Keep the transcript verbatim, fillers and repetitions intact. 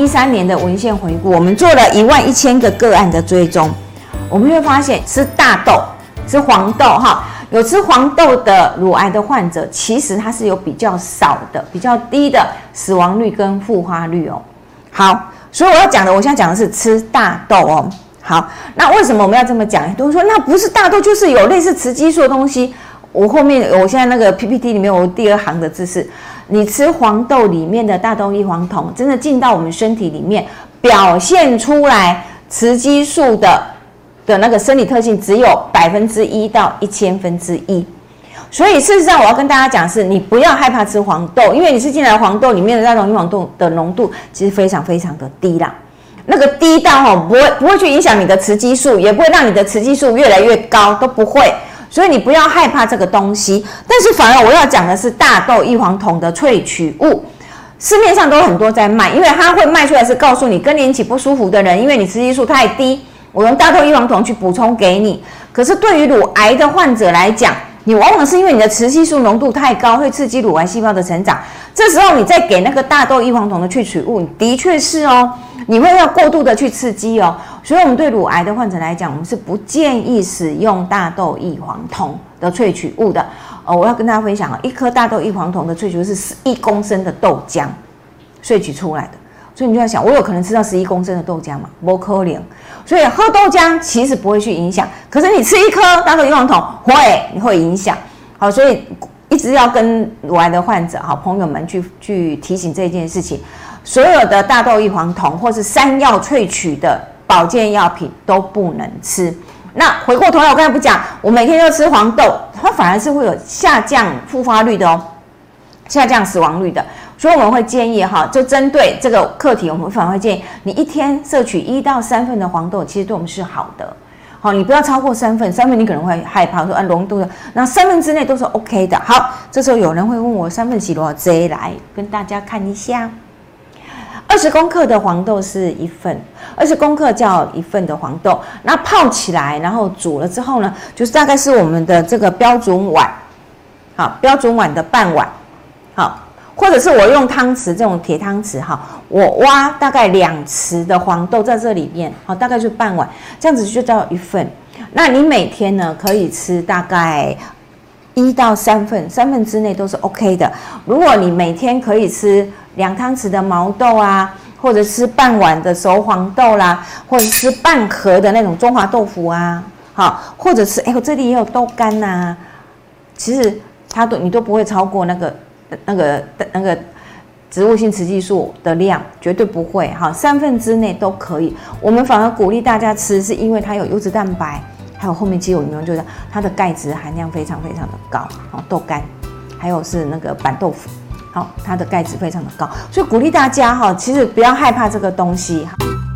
三年的文献回顾，我们做了一万一千个个案的追踪，我们会发现吃大豆、吃黄豆哈，有吃黄豆的乳癌的患者，其实它是有比较少的、比较低的死亡率跟复发率哦。好，所以我要讲的，我现在讲的是吃大豆哦。好，那为什么我们要这么讲？都说那不是大豆，就是有类似雌激素的东西。我后面我现在那个 P P T 里面，我第二行的字是，你吃黄豆里面的大豆异黄酮，真的进到我们身体里面，表现出来雌激素的的那个生理特性只有百分之一到一千分之一。所以事实上，我要跟大家讲的是，你不要害怕吃黄豆，因为你吃进来的黄豆里面的大豆异黄酮的浓度其实非常非常的低啦。那个低到哈不会不会去影响你的雌激素，也不会让你的雌激素越来越高，都不会。所以你不要害怕这个东西。但是反而我要讲的是大豆异黄酮的萃取物，市面上都很多在卖，因为它会卖出来是告诉你更年期不舒服的人，因为你雌激素太低，我用大豆异黄酮去补充给你。可是对于乳癌的患者来讲，你往往是因为你的雌激素浓度太高，会刺激乳癌细胞的成长。这时候你再给那个大豆异黄酮的萃取物，的确是哦，你会要过度的去刺激哦。所以我们对乳癌的患者来讲，我们是不建议使用大豆异黄酮的萃取物的。哦，我要跟大家分享，一颗大豆异黄酮的萃取物是十一公升的豆浆萃取出来的。所以你就要想，我有可能吃到十一公升的豆浆吗？不可能。所以喝豆浆其实不会去影响，可是你吃一颗大豆异黄酮会，你会影响。好，所以一直要跟乳癌的患者、好朋友们去去提醒这件事情。所有的大豆异黄酮或是山药萃取的保健药品都不能吃。那回过头来，我刚才不讲，我每天都吃黄豆，它反而是会有下降复发率的哦，下降死亡率的。所以我们会建议哈，就针对这个课题，我们反而会建议你一天摄取一到三份的黄豆，其实对我们是好的。好，你不要超过三份，三份你可能会害怕说啊浓度的，那三分之内都是 OK 的。好，这时候有人会问我三份是多少？这来跟大家看一下，二十公克的黄豆是一份，二十公克叫一份的黄豆，那泡起来，然后煮了之后呢，就是大概是我们的这个标准碗，好，标准碗的半碗，好。或者是我用汤匙这种铁汤匙哈，我挖大概两匙的黄豆在这里面，好，大概就半碗，这样子就叫一份。那你每天呢可以吃大概一到三份，三份之内都是 OK 的。如果你每天可以吃两汤匙的毛豆啊，或者吃半碗的熟黄豆啦，或者吃半盒的那种中华豆腐啊，好，或者是哎我这里也有豆干呐、啊，其实它都你都不会超过那个。那个那个植物性雌激素的量绝对不会哈，三分之内都可以。我们反而鼓励大家吃，是因为它有优质蛋白，还有后面肌肉里面就是它的钙质含量非常非常的高。好，豆干，还有是那个板豆腐，好，它的钙质非常的高，所以鼓励大家哈，其实不要害怕这个东西。